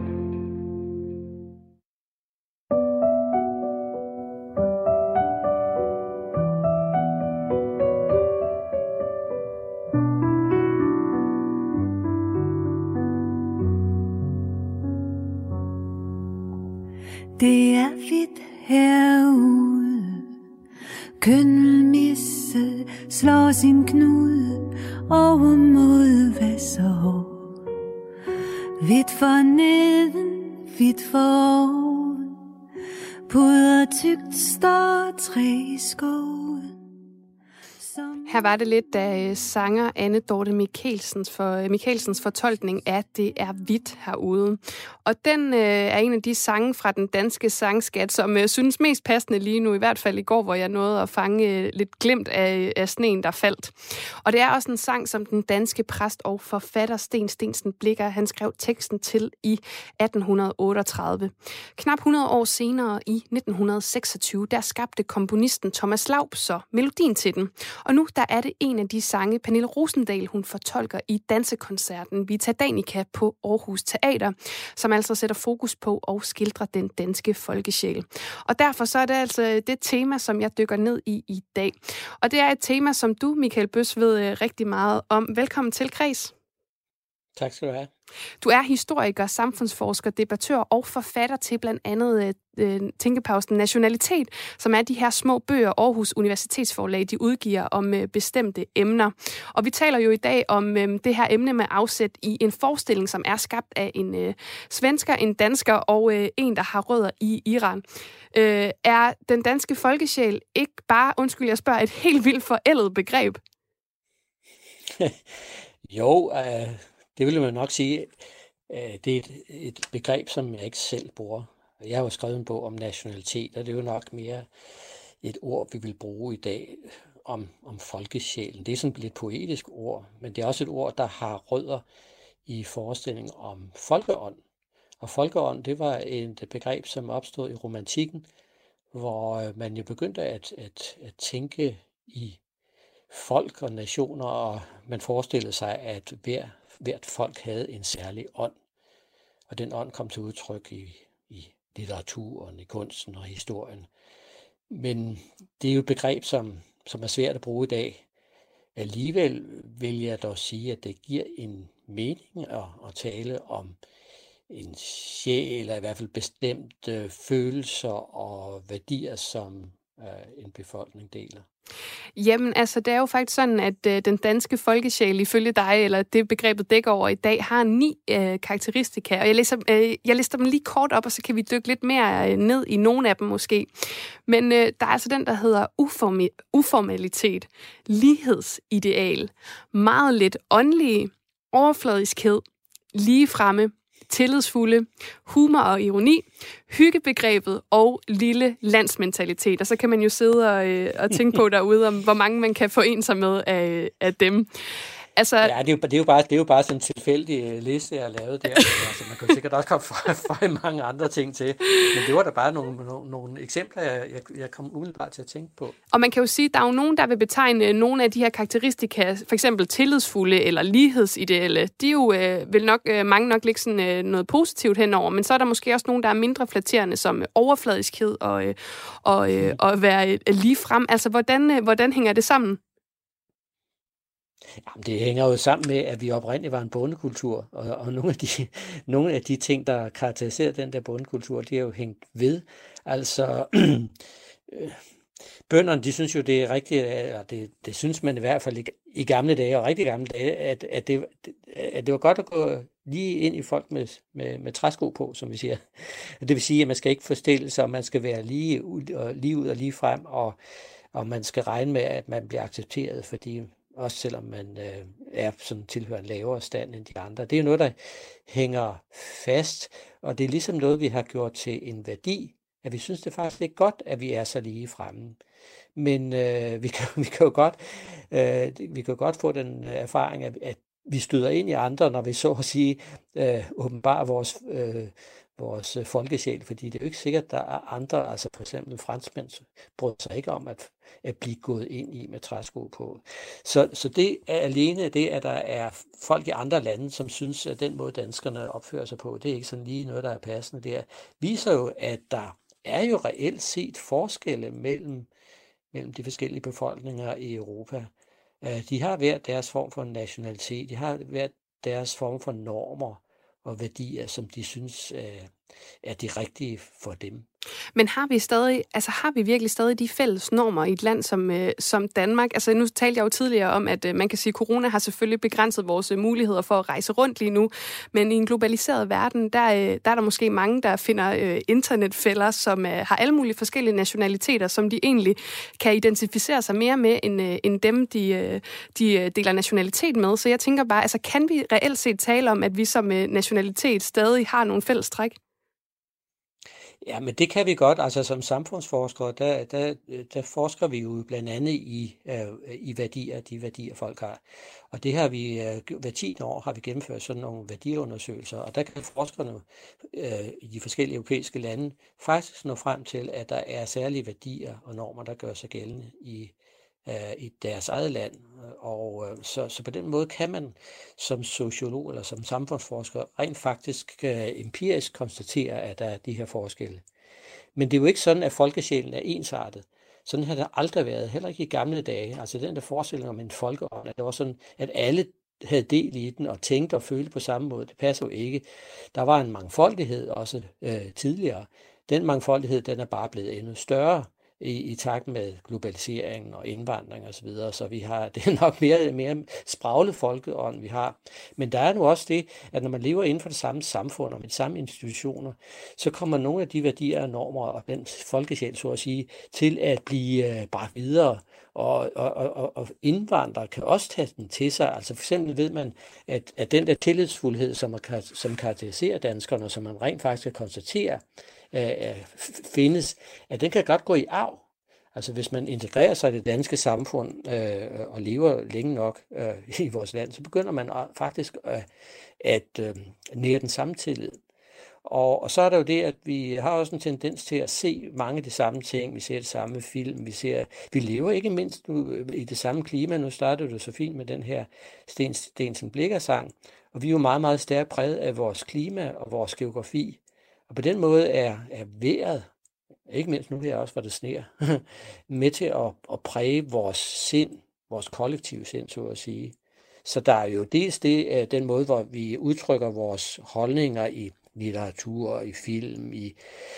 Det er hvidt herude. Køndelmisse slår sin knude over mod Vesterhov. Hvidt for neden, hvidt for oven. Pudertykt står træ i skoven. Her var det lidt, da sanger Anne Dorte Michelsens fortolkning af Det er hvidt herude. Og den er en af de sange fra den danske sangskat, som jeg synes mest passende lige nu, i hvert fald i går, hvor jeg nåede at fange lidt glimt af sneen, der faldt. Og det er også en sang, som den danske præst og forfatter Sten Steensen Blicher, han skrev teksten til i 1838. Knap 100 år senere, i 1926, der skabte komponisten Thomas Laub så melodien til den. Og nu der er det en af de sange, Pernille Rosendahl, hun fortolker i dansekoncerten Vita Danica på Aarhus Teater, som altså sætter fokus på og skildrer den danske folkesjæl. Og derfor så er det altså det tema, som jeg dykker ned i dag. Og det er et tema, som du, Michael Bøs, ved rigtig meget om. Velkommen til Kreds. Tak skal du have. Du er historiker, samfundsforsker, debattør og forfatter til blandt andet tænkepausen Nationalitet, som er de her små bøger, Aarhus Universitetsforlag, de udgiver om bestemte emner. Og vi taler jo i dag om det her emne med afsæt i en forestilling, som er skabt af en svensker, en dansker og en, der har rødder i Iran. Er den danske folkesjæl ikke bare, undskyld jeg spørger, et helt vildt forældet begreb? Jo, det vil man nok sige. Det er et begreb, som jeg ikke selv bruger. Jeg har jo skrevet en bog om nationalitet, og det er jo nok mere et ord, vi vil bruge i dag om folkesjælen. Det er sådan et lidt poetisk ord, men det er også et ord, der har rødder i forestillingen om folkeånd. Og folkeånd, det var et begreb, som opstod i romantikken, hvor man jo begyndte at tænke i folk og nationer, og man forestillede sig, at hvert folk havde en særlig ånd. Og den ånd kom til udtryk i litteraturen, i kunsten og historien. Men det er jo et begreb, som er svært at bruge i dag. Alligevel vil jeg dog sige, at det giver en mening at tale om en sjæl, eller i hvert fald bestemte følelser og værdier, som en befolkning deler. Jamen, altså, det er jo faktisk sådan, at den danske folkesjæl, ifølge dig, eller det begrebet dækker over i dag, har 9 karakteristika, og jeg lister dem lige kort op, og så kan vi dykke lidt mere ned i nogle af dem måske. Men der er altså den, der hedder uformalitet, lighedsideal, meget lidt åndelige, overfladiskhed, ligefremme, tillidsfulde, humor og ironi, hyggebegrebet og lille landsmentalitet. Og så kan man jo sidde og tænke på derude, om hvor mange man kan forene sig med af dem. Altså, ja, det er jo bare sådan en tilfældig liste, jeg har lavet der. Altså, man kan jo sikkert også komme fra mange andre ting til. Men det var da bare nogle eksempler, jeg kom umiddelbart til at tænke på. Og man kan jo sige, at der er jo nogen, der vil betegne nogle af de her karakteristika, for eksempel tillidsfulde eller lighedsideelle. De jo vil nok mange nok lægge sådan noget positivt henover, men så er der måske også nogen, der er mindre flatterende, som overfladiskhed og være lige frem. Altså, hvordan hænger det sammen? Jamen, det hænger jo sammen med, at vi oprindeligt var en bondekultur, og nogle af de ting, der karakteriserer den der bondekultur, de er jo hængt ved. Altså, bønderne, de synes jo, det er rigtigt, eller det synes man i hvert fald i gamle dage, og rigtig gamle dage, at det var godt at gå lige ind i folk med træsko på, som vi siger. Det vil sige, at man skal ikke forstille sig, og man skal være lige ud og lige frem, og man skal regne med, at man bliver accepteret, fordi også selvom man tilhører en lavere stand end de andre. Det er noget, der hænger fast, og det er ligesom noget, vi har gjort til en værdi, at vi synes, det faktisk er godt, at vi er så lige fremme. Men vi kan jo godt få den erfaring, at vi støder ind i andre, når vi så at sige åbenbart vores folkesjæl, fordi det er jo ikke sikkert, at der er andre, altså for eksempel franskmænd, bryder sig ikke om at blive gået ind i med træsko på. Så det er alene det, at der er folk i andre lande, som synes, at den måde danskerne opfører sig på, det er ikke sådan lige noget, der er passende. Det viser jo, at der er jo reelt set forskelle mellem de forskellige befolkninger i Europa. De har hver deres form for nationalitet, de har hver deres form for normer og værdier, som de synes er de rigtige for dem. Men har vi virkelig stadig de fælles normer i et land som Danmark? Altså nu talte jeg jo tidligere om, at man kan sige, at corona har selvfølgelig begrænset vores muligheder for at rejse rundt lige nu, men i en globaliseret verden, der er der måske mange, der finder internetfæller, som har alle mulige forskellige nationaliteter, som de egentlig kan identificere sig mere med, end dem, de deler nationalitet med. Så jeg tænker bare, altså kan vi reelt set tale om, at vi som nationalitet stadig har nogle fælles træk? Ja, men det kan vi godt. Altså som samfundsforskere, der forsker vi jo blandt andet i værdier, de værdier folk har. Og det har vi hver 10 år har vi gennemført sådan nogle værdiundersøgelser, og der kan forskerne i de forskellige europæiske lande faktisk nå frem til, at der er særlige værdier og normer, der gør sig gældende i deres eget land. Og så på den måde kan man som sociolog eller som samfundsforsker rent faktisk empirisk konstatere, at der er de her forskelle. Men det er jo ikke sådan, at folkesjælen er ensartet. Sådan har det aldrig været, heller ikke i gamle dage. Altså den der forestilling om en folkeånd, at det var sådan, at alle havde del i den og tænkte og følte på samme måde. Det passer jo ikke. Der var en mangfoldighed også tidligere. Den mangfoldighed, den er bare blevet endnu større i takt med globaliseringen og indvandring og så videre, så det er nok mere spraglet folkeånd, vi har. Men der er nu også det, at når man lever inden for det samme samfund og med de samme institutioner, så kommer nogle af de værdier og normer og den folkesjæl, så at sige, til at blive bragt videre. Og indvandrere kan også tage den til sig. Altså for eksempel ved man, at den der tillidsfuldhed, som karakteriserer danskerne, som man rent faktisk kan konstatere, findes, at den kan godt gå i arv. Altså hvis man integrerer sig i det danske samfund og lever længe nok i vores land, så begynder man faktisk at nære den samme tillid. Og så er der jo det, at vi har også en tendens til at se mange af de samme ting. Vi ser det samme film. Vi lever ikke mindst i det samme klima. Nu startede det så fint med den her Stensen Blicher-sang. Og vi er jo meget, meget stærkt præget af vores klima og vores geografi. Og på den måde er vejret, ikke mindst nu her også, hvor det sner, med til at præge vores sind, vores kollektive sind, så at sige. Så der er jo dels den måde, hvor vi udtrykker vores holdninger i litteratur, i film, i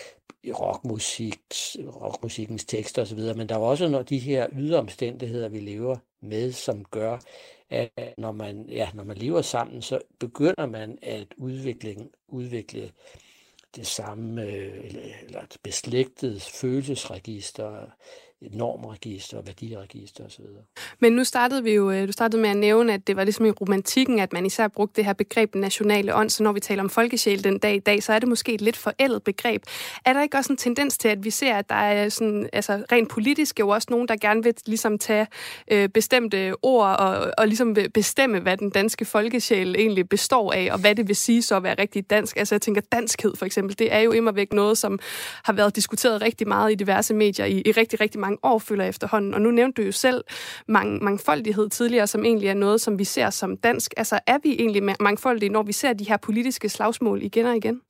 rockmusikkens tekster osv., men der er også de her ydre omstændigheder, vi lever med, som gør, at når man lever sammen, så begynder man at udvikle det samme, eller et beslægtet følelsesregister, et normregister, værdiregister osv. Men nu startede du startede med at nævne, at det var ligesom i romantikken, at man især brugte det her begreb den nationale ånd, så når vi taler om folkesjæl den dag i dag, så er det måske et lidt forældet begreb. Er der ikke også en tendens til, at vi ser, at der er sådan, altså rent politisk jo også nogen, der gerne vil ligesom tage bestemte ord og ligesom bestemme, hvad den danske folkesjæl egentlig består af, og hvad det vil sige så at være rigtig dansk. Altså jeg tænker, danskhed for eksempel, det er jo immervæk noget, som har været diskuteret rigtig meget i diverse medier i rigtig, rigtig mange år, føler efterhånden. Og nu nævnte du jo selv mangfoldighed tidligere, som egentlig er noget, som vi ser som dansk. Altså er vi egentlig mangfoldige, når vi ser de her politiske slagsmål igen og igen?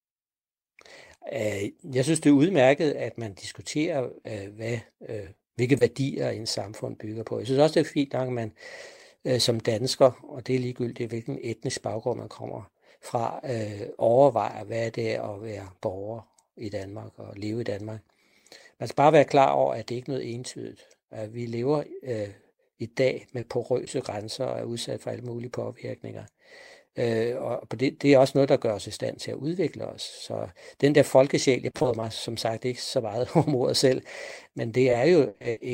Jeg synes, det er udmærket, at man diskuterer, hvilke værdier en samfund bygger på. Jeg synes også, det er fint, at man som dansker, og det er ligegyldigt, hvilken etnisk baggrund man kommer fra, overvejer, hvad det er at være borger i Danmark og leve i Danmark. Man skal bare være klar over, at det ikke er noget entydigt. At vi lever i dag med porøse grænser og er udsat for alle mulige påvirkninger. Og det er også noget, der gør os i stand til at udvikle os. Så den der folkesjæl, jeg prøver mig som sagt ikke så meget om ordet selv, men det er jo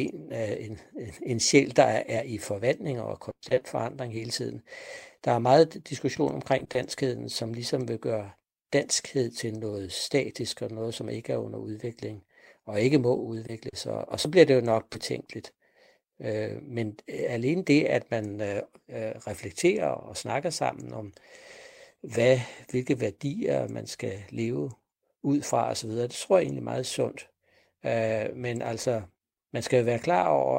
en sjæl, der er i forvandling og konstant forandring hele tiden. Der er meget diskussion omkring danskheden, som ligesom vil gøre danskhed til noget statisk og noget, som ikke er under udvikling og ikke må udvikle sig, og så bliver det jo nok betænkeligt. Men alene det, at man reflekterer og snakker sammen om, hvilke værdier man skal leve ud fra osv., det tror jeg egentlig er meget sundt. Men altså, man skal jo være klar over,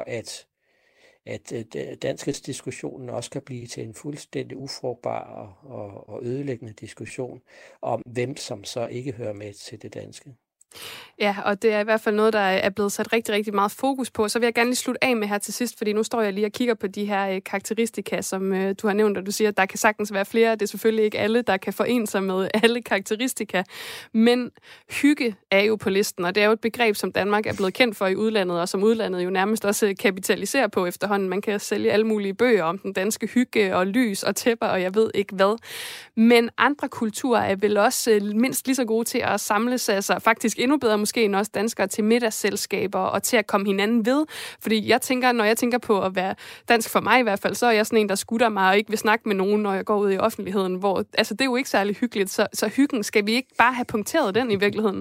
at danskhedsdiskussionen også kan blive til en fuldstændig ufrugtbar og ødelæggende diskussion om, hvem som så ikke hører med til det danske. Ja, og det er i hvert fald noget, der er blevet sat rigtig, rigtig meget fokus på. Så vil jeg gerne lige slutte af med her til sidst, fordi nu står jeg lige og kigger på de her karakteristika, som du har nævnt, og du siger, at der kan sagtens være flere. Det er selvfølgelig ikke alle, der kan forene sig med alle karakteristika. Men hygge er jo på listen, og det er jo et begreb, som Danmark er blevet kendt for i udlandet, og som udlandet jo nærmest også kapitaliserer på efterhånden. Man kan sælge alle mulige bøger om den danske hygge og lys og tæpper, og jeg ved ikke hvad. Men andre kulturer er vel også mindst lige så gode til at samle sig, altså faktisk endnu bedre måske end også danskere, til middagsselskaber og til at komme hinanden ved. Fordi jeg tænker, når jeg tænker på at være dansk for mig i hvert fald, så er jeg sådan en, der skutter mig og ikke vil snakke med nogen, når jeg går ud i offentligheden. Hvor, altså det er jo ikke særlig hyggeligt. Så hyggen, skal vi ikke bare have punkteret den i virkeligheden?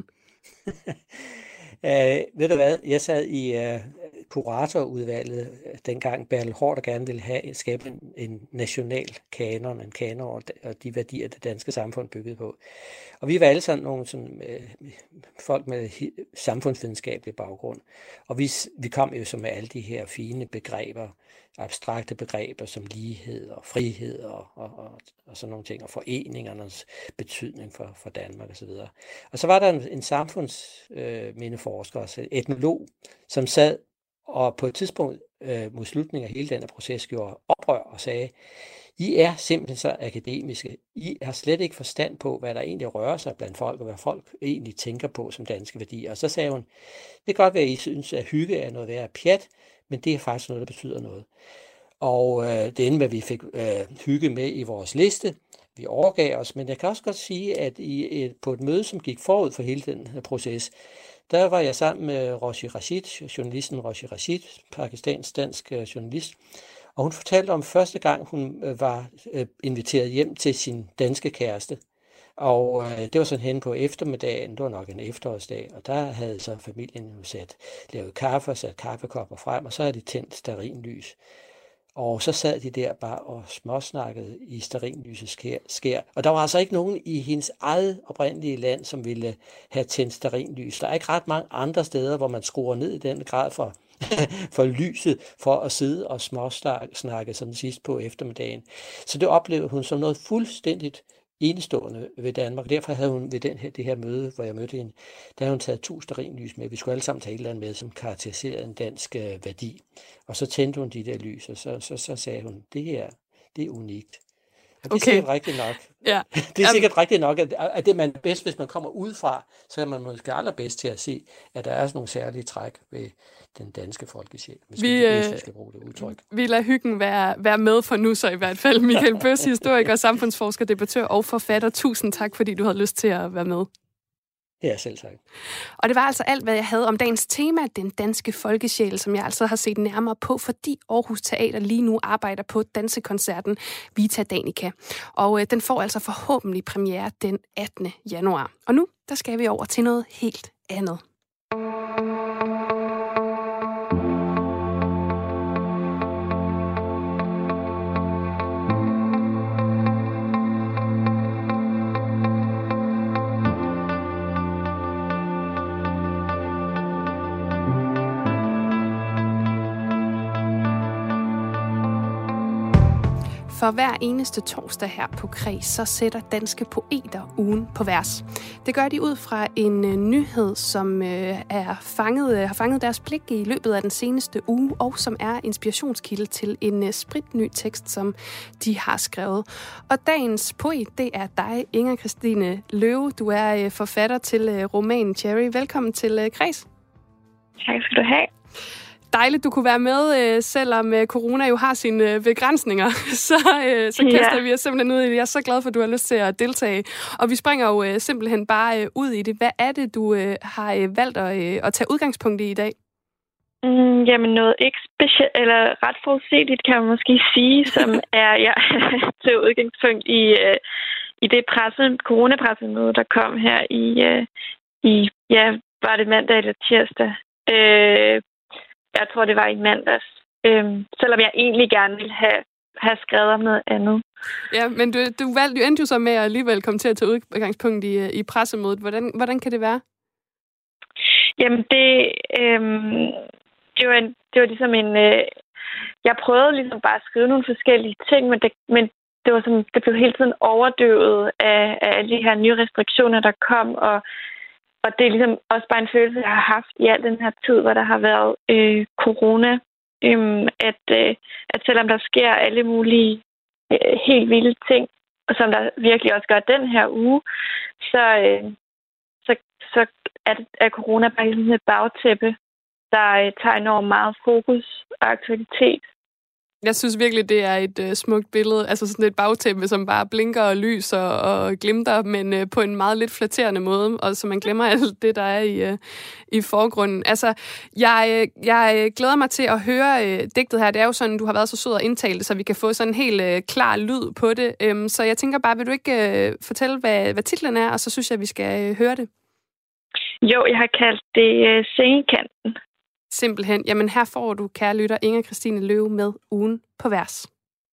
Ved du hvad? Jeg sad i kuratorudvalget, dengang Bertel Haarder gerne ville skabe en national kanon, en kanon og de værdier, det danske samfund byggede på. Og vi var alle sammen nogle sådan, folk med samfundsvidenskabelig baggrund. Og vi kom jo så med alle de her fine begreber, abstrakte begreber som lighed og frihed og sådan nogle ting, og foreningernes betydning for Danmark osv. Og så var der en samfundsmindeforsker, altså etnolog, som sad og på et tidspunkt mod slutningen af hele den her proces gjorde oprør og sagde, I er simpelthen så akademiske. I har slet ikke forstand på, hvad der egentlig rører sig blandt folk, og hvad folk egentlig tænker på som danske værdier. Og så sagde hun, det kan godt være, at I synes, at hygge er noget værre pjat, men det er faktisk noget, der betyder noget. Og det endte med, at vi fik hygge med i vores liste. Vi overgav os, men jeg kan også godt sige, at på et møde, som gik forud for hele den her proces, der var jeg sammen med Roshi Rashid, journalisten Roshi Rashid, pakistansk journalist, og hun fortalte om første gang, hun var inviteret hjem til sin danske kæreste. Og det var sådan hen på eftermiddagen, det var nok en efterårsdag, og der havde så familien jo lavet kaffe og sat kaffekopper frem, og så havde de tændt stearinlys. Og så sad de der bare og småsnakkede i stearinlysets skær. Og der var altså ikke nogen i hendes eget oprindelige land, som ville have tændt stearinlys. Der er ikke ret mange andre steder, hvor man skruer ned i den grad for lyset, for at sidde og småsnakke sådan sidst på eftermiddagen. Så det oplevede hun som noget fuldstændigt enestående ved Danmark. Derfor havde hun ved det her møde, hvor jeg mødte hende, der havde hun taget 2 stearinlys med. Vi skulle alle sammen tage et eller andet med, som karakteriserede en dansk værdi. Og så tændte hun de der lys, og så sagde hun, det her, Det er unikt. Og det er sikkert rigtigt nok. Ja. Det er sikkert rigtigt nok, at det man bedst, hvis man kommer udefra, så er man måske allerbedst til at se, at der er sådan nogle særlige træk ved den danske folkesjæl, hvis vi skal bruge det udtryk. Vi lader hyggen være med for nu så i hvert fald. Michael Bøs, historiker, samfundsforsker, debattør og forfatter. Tusind tak, fordi du havde lyst til at være med. Ja, selv tak. Og det var altså alt, hvad jeg havde om dagens tema, den danske folkesjæl, som jeg altså har set nærmere på, fordi Aarhus Teater lige nu arbejder på dansekoncerten Vita Danica. Og den får altså forhåbentlig premiere den 18. januar. Og nu, der skal vi over til noget helt andet. For hver eneste torsdag her på Kreds, så sætter danske poeter ugen på vers. Det gør de ud fra en nyhed, som har fanget deres blik i løbet af den seneste uge, og som er inspirationskilde til en spritny tekst, som de har skrevet. Og dagens poet, det er dig, Inger Christine Løve. Du er forfatter til romanen Cherry. Velkommen til Kreds. Tak skal du have. Dejligt, du kunne være med, selvom corona jo har sine begrænsninger. Så kaster vi os simpelthen ud i det. Jeg er så glad for, at du har lyst til at deltage. Og vi springer jo simpelthen bare ud i det. Hvad er det, du har valgt at tage udgangspunkt i dag? Jamen noget ikke specielt, eller ret forudsigeligt, kan man måske sige, som er til udgangspunkt i det coronapressemøde, der kom her i var det mandag eller tirsdag? Jeg tror, det var i mandags. Selvom jeg egentlig gerne ville have skrevet om noget andet. Ja, men du endte jo så med at alligevel komme til at tage udgangspunkt i pressemødet. Hvordan kan det være? Jamen, det var ligesom jeg prøvede ligesom bare at skrive nogle forskellige ting, men det var sådan, det blev hele tiden overdøvet af alle de her nye restriktioner, der kom, og det er ligesom også bare en følelse, jeg har haft i al den her tid, hvor der har været corona. At selvom der sker alle mulige helt vilde ting, og som der virkelig også gør den her uge, så er corona bare sådan et bagtæppe, der tager enormt meget fokus og aktualitet. Jeg synes virkelig, det er et smukt billede. Altså sådan et bagtæppe, som bare blinker og lyser og glimter, men på en meget lidt flatterende måde, og så man glemmer alt det, der er i forgrunden. Altså, jeg glæder mig til at høre digtet her. Det er jo sådan, du har været så sød at indtale det, så vi kan få sådan en helt klar lyd på det. Så jeg tænker bare, vil du ikke fortælle, hvad titlen er, og så synes jeg, vi skal høre det? Jo, jeg har kaldt det Sengekanten. Simpelthen. Jamen her får du, kære lytter, Inger Christine Løve med ugen på vers.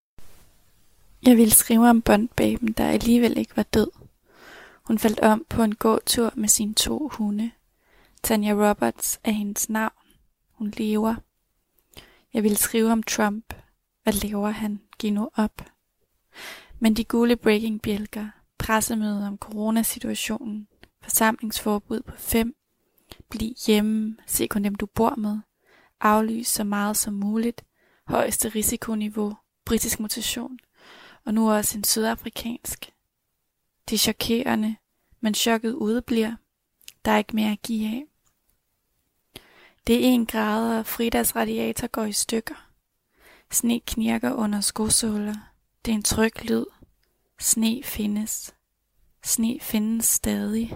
Jeg ville skrive om Bondbaben, der alligevel ikke var død. Hun faldt om på en gåtur med sine 2 hunde. Tanya Roberts er hendes navn. Hun lever. Jeg ville skrive om Trump. Hvad laver han? Giv nu op. Men de gule breaking-bjælker, pressemøde om coronasituationen, forsamlingsforbud på 5, bliv hjemme, se kun dem du bor med, aflys så meget som muligt, højeste risikoniveau, britisk mutation, og nu også en sydafrikansk. Det er chokerende, men chokket udebliver. Der er ikke mere at give af. Det er 1 grad, og Fridas radiator går i stykker. Sne knirker under skosåler. Det er en tryg lyd. Sne findes. Sne findes stadig.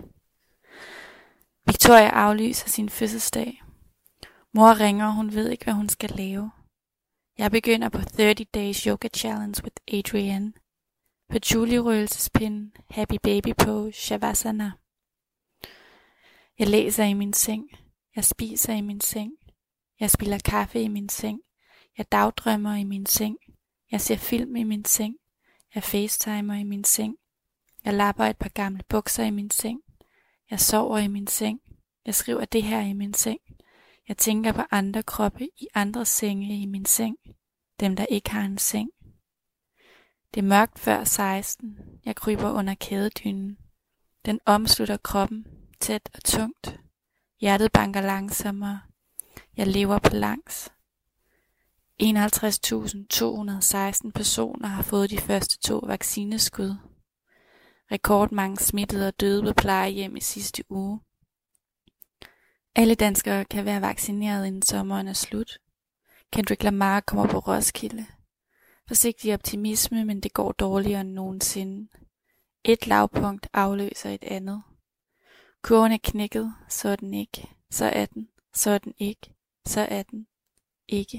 Victoria aflyser sin fødselsdag. Mor ringer, hun ved ikke, hvad hun skal lave. Jeg begynder på 30 Days Yoga Challenge with Adrienne. Patchouli-røgelsespind, Happy Baby Pose, Shavasana. Jeg læser i min seng. Jeg spiser i min seng. Jeg spiller kaffe i min seng. Jeg dagdrømmer i min seng. Jeg ser film i min seng. Jeg facetimer i min seng. Jeg lapper et par gamle bukser i min seng. Jeg sover i min seng. Jeg skriver det her i min seng. Jeg tænker på andre kroppe i andre senge i min seng. Dem, der ikke har en seng. Det er mørkt før 16. Jeg kryber under kædedynen. Den omslutter kroppen, tæt og tungt. Hjertet banker langsommere. Jeg lever på langs. 51.216 personer har fået de første 2 vaccineskud. Rekordmange smittede og døde på plejehjem i sidste uge. Alle danskere kan være vaccineret inden sommeren er slut. Kendrick Lamar kommer på Roskilde. Forsigtig optimisme, men det går dårligere end nogensinde. Et lavpunkt afløser et andet. Kurven er knækket, så er den ikke. Så er den. Så er den ikke. Så er den ikke.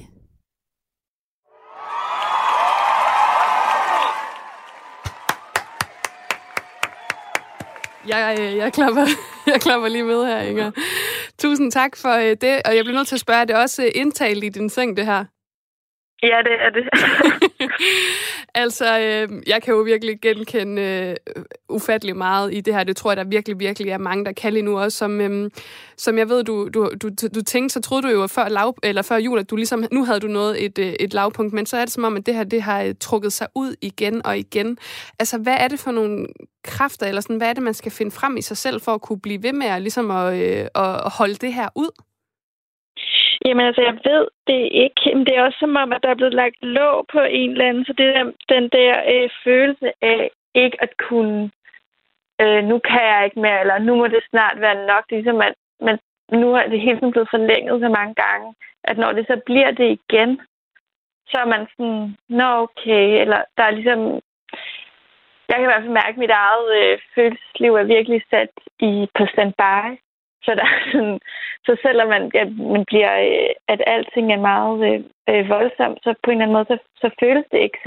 Jeg klapper lige med her, Inger. Tusind tak for det, og jeg bliver nødt til at spørge, er det også indtalt i din seng, det her? Ja, det er det. Altså, jeg kan jo virkelig genkende ufattelig meget i det her. Det tror jeg, der virkelig er mange, der kan lige nu også. Som jeg ved, du tænkte, så troede du jo før jul, at du ligesom, nu havde du nået et lavpunkt, men så er det som om, at det har trukket sig ud igen og igen. Altså, hvad er det for nogle kræfter, eller sådan, hvad er det, man skal finde frem i sig selv, for at kunne blive ved med ligesom at holde det her ud? Jamen altså, jeg ved det ikke. Men det er også som om, at der er blevet lagt låg på en eller anden. Så det der, den der følelse af ikke at kunne, nu kan jeg ikke mere, eller nu må det snart være nok. Ligesom at nu er det hele tiden blevet forlænget så mange gange, at når det så bliver det igen, så er man sådan, nå okay, eller der er ligesom, jeg kan i hvert fald mærke, at mit eget følelsesliv er virkelig sat på standby. Så der er sådan, så selvom man bliver, at alting er meget voldsomt, så på en eller anden måde, så føles det ikke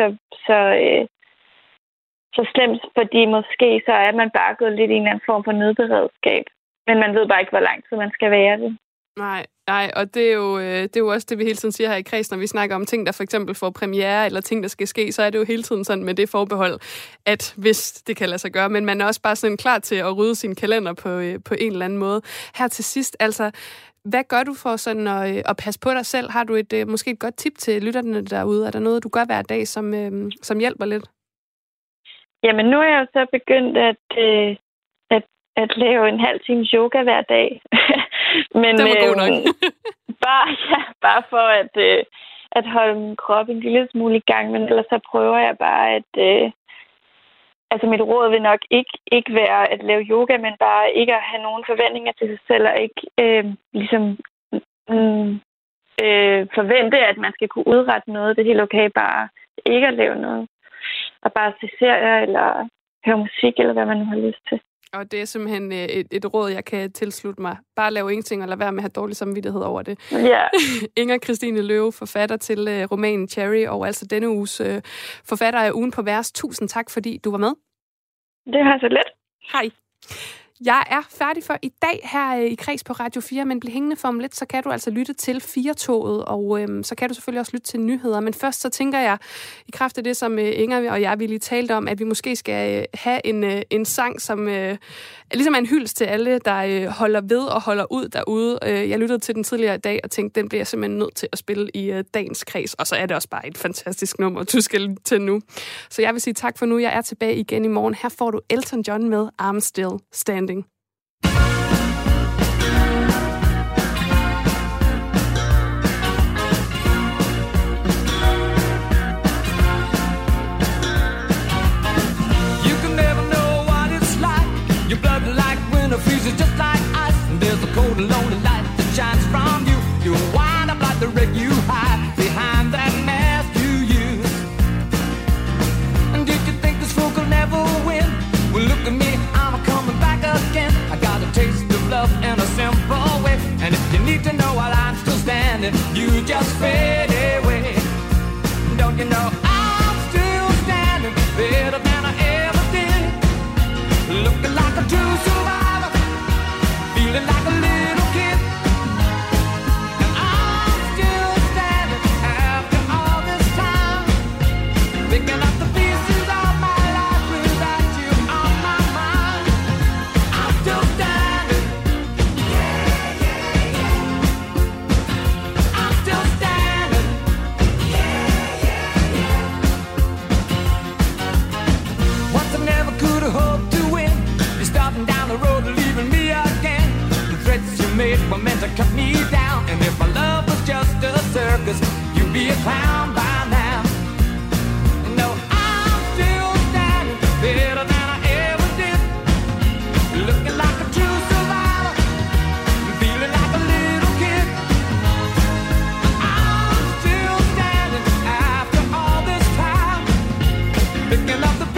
så slemt, fordi måske så er man bare gået lidt i en eller anden form for nødberedskab. Men man ved bare ikke, hvor lang tid man skal være det. Nej, og det er jo også det, vi hele tiden siger her i Kreds, når vi snakker om ting, der for eksempel får premiere, eller ting, der skal ske, så er det jo hele tiden sådan med det forbehold, at hvis det kan lade sig gøre, men man er også bare sådan klar til at rydde sin kalender på en eller anden måde. Her til sidst, altså, hvad gør du for sådan at passe på dig selv? Har du måske et godt tip til lytterne derude? Er der noget, du gør hver dag, som hjælper lidt? Jamen, nu er jeg jo så begyndt at lave en halv times yoga hver dag. Men det var god nok. bare for at holde min krop en lille smule i gang, men ellers så prøver jeg bare altså mit råd vil nok ikke være at lave yoga, men bare ikke at have nogen forventninger til sig selv, og ikke forvente, at man skal kunne udrette noget. Det er helt okay bare ikke at lave noget. Og bare se serier, eller høre musik, eller hvad man nu har lyst til. Og det er simpelthen et råd, jeg kan tilslutte mig. Bare lave ingenting, og lade være med at have dårlig samvittighed over det. Ja. Inger Christine Løve, forfatter til romanen Cherry, og altså denne uges forfatter af Ugen på Vers. Tusind tak, fordi du var med. Det har så let. Hej. Jeg er færdig for i dag her i Kreds på Radio 4, men bliv hængende for om lidt, så kan du altså lytte til 4-toget, og så kan du selvfølgelig også lytte til nyheder. Men først så tænker jeg, i kraft af det, som Inger og jeg lige talte om, at vi måske skal have en sang, som ligesom er en hyldest til alle, der holder ved og holder ud derude. Jeg lyttede til den tidligere i dag og tænkte, den bliver jeg simpelthen nødt til at spille i dagens Kreds, og så er det også bare et fantastisk nummer, du skal lytte til nu. Så jeg vil sige tak for nu. Jeg er tilbage igen i morgen. Her får du Elton John med I'm Still Standing. Freezes just like ice, and there's a cold and lonely light that shines from you. You wind up like the wreck you hide behind that mask you use. And did you think this fool could never win? Well, look at me, I'm coming back again. I got a taste of love in a simple way. And if you need to know while I'm still standing, you just fade away. Don't you know I'm still standing better than I ever did? Looking like a true survivor, feeling like a little kid. And I'm still standing after all this time, picking up the pieces of my life without you on my mind. I'm still standing. Yeah, yeah, yeah. I'm still standing. Yeah, yeah, yeah. Once I never could have hoped to win. You're starting down the road and leaving me again. The threats you made were meant to cut me down. And if my love was just a circus, you'd be a clown by now. No, I'm still standing better than I ever did. Looking like a true survivor, feeling like a little kid. I'm still standing after all this time, picking up the